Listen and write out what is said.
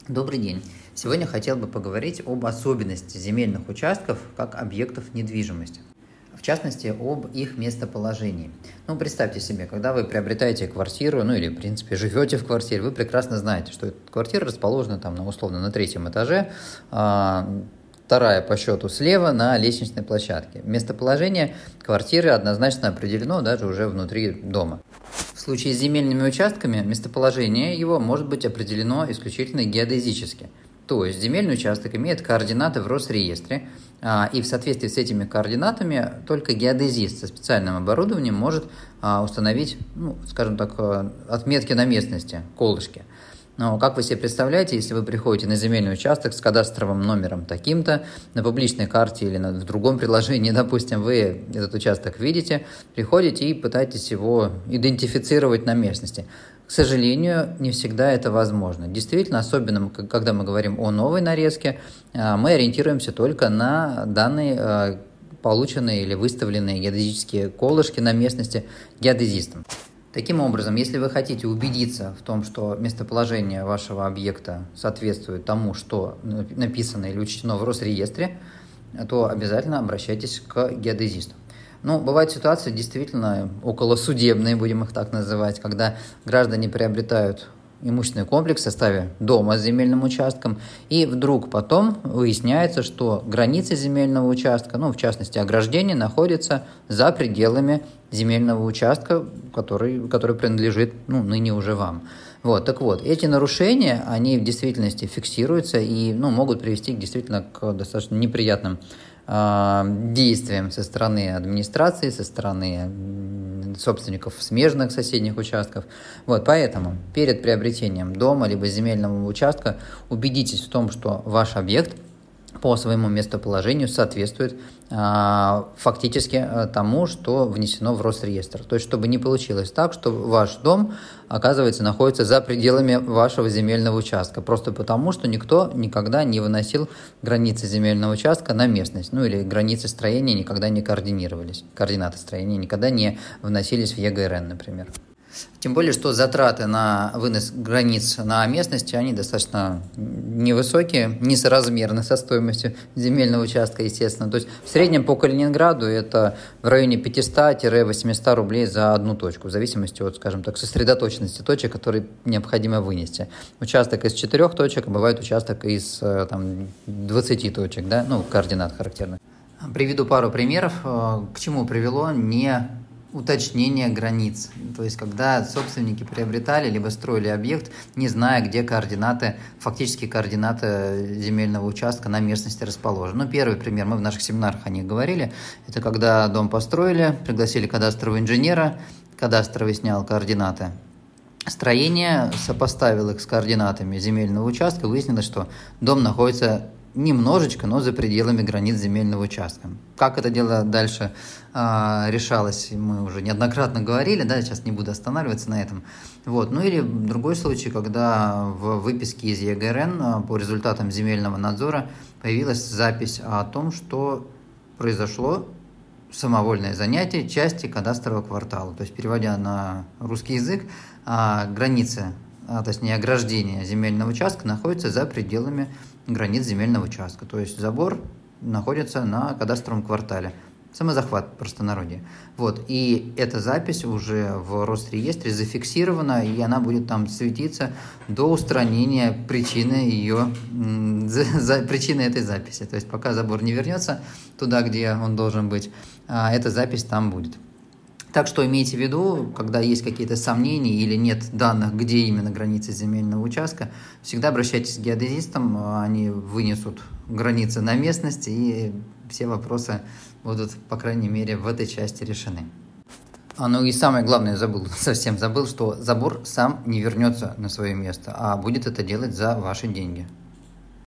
Добрый день. Сегодня хотел бы поговорить об особенности земельных участков как объектов недвижимости. В частности, об их местоположении. Представьте себе, когда вы приобретаете квартиру, или, в принципе, живете в квартире, вы прекрасно знаете, что эта квартира расположена условно на 3-м этаже, вторая по счету слева на лестничной площадке. Местоположение квартиры однозначно определено даже уже внутри дома. В случае с земельными участками местоположение его может быть определено исключительно геодезически. То есть земельный участок имеет координаты в Росреестре, и в соответствии с этими координатами только геодезист со специальным оборудованием может установить, отметки на местности, колышки. Но как вы себе представляете, если вы приходите на земельный участок с кадастровым номером таким-то, на публичной карте или в другом приложении, допустим, вы этот участок видите, приходите и пытаетесь его идентифицировать на местности. К сожалению, не всегда это возможно. Действительно, особенно когда мы говорим о новой нарезке, мы ориентируемся только на данные, полученные или выставленные геодезические колышки на местности геодезистом. Таким образом, если вы хотите убедиться в том, что местоположение вашего объекта соответствует тому, что написано или учтено в Росреестре, то обязательно обращайтесь к геодезисту. Бывают ситуации действительно околосудебные, будем их так называть, когда граждане приобретают имущественный комплекс в составе дома с земельным участком, и вдруг потом выясняется, что границы земельного участка, в частности ограждение, находятся за пределами земельного участка, который принадлежит ныне уже вам. Эти нарушения, они в действительности фиксируются и могут привести действительно к достаточно неприятным действиям со стороны администрации, со стороны собственников смежных соседних участков. Поэтому перед приобретением дома либо земельного участка убедитесь в том, что ваш объект по своему местоположению соответствует фактически тому, что внесено в Росреестр. То есть, чтобы не получилось так, что ваш дом, оказывается, находится за пределами вашего земельного участка, просто потому, что никто никогда не выносил границы земельного участка на местность, или границы строения никогда не координировались, координаты строения никогда не вносились в ЕГРН, например. Тем более, что затраты на вынос границ на местности, они достаточно невысокие, несоразмерны со стоимостью земельного участка, естественно. То есть в среднем по Калининграду это в районе 500-800 рублей за одну точку, в зависимости от, сосредоточенности точек, которые необходимо вынести. Участок из 4 точек, а бывает участок из 20 точек, координат характерных. Приведу пару примеров, к чему привело уточнение границ. То есть, когда собственники приобретали либо строили объект, не зная, где фактически координаты земельного участка на местности расположены. Первый пример, мы в наших семинарах о них говорили, это когда дом построили, пригласили кадастрового инженера, кадастровый снял координаты строения, сопоставил их с координатами земельного участка, выяснилось, что дом находится немножечко, но за пределами границ земельного участка. Как это дело дальше решалось, мы уже неоднократно говорили, сейчас не буду останавливаться на этом. Или другой случай, когда в выписке из ЕГРН по результатам земельного надзора появилась запись о том, что произошло самовольное занятие части кадастрового квартала. То есть, переводя на русский язык, границы, точнее ограждение земельного участка находится за пределами границ земельного участка. То есть забор находится на кадастровом квартале. Самозахват в простонародье. И эта запись уже в Росреестре зафиксирована, и она будет там светиться до устранения причины этой записи. То есть пока забор не вернется туда, где он должен быть, эта запись там будет. Так что имейте в виду, когда есть какие-то сомнения или нет данных, где именно границы земельного участка, всегда обращайтесь к геодезистам, они вынесут границы на местность, и все вопросы будут, по крайней мере, в этой части решены. И самое главное, совсем забыл, что забор сам не вернется на свое место, а будет это делать за ваши деньги.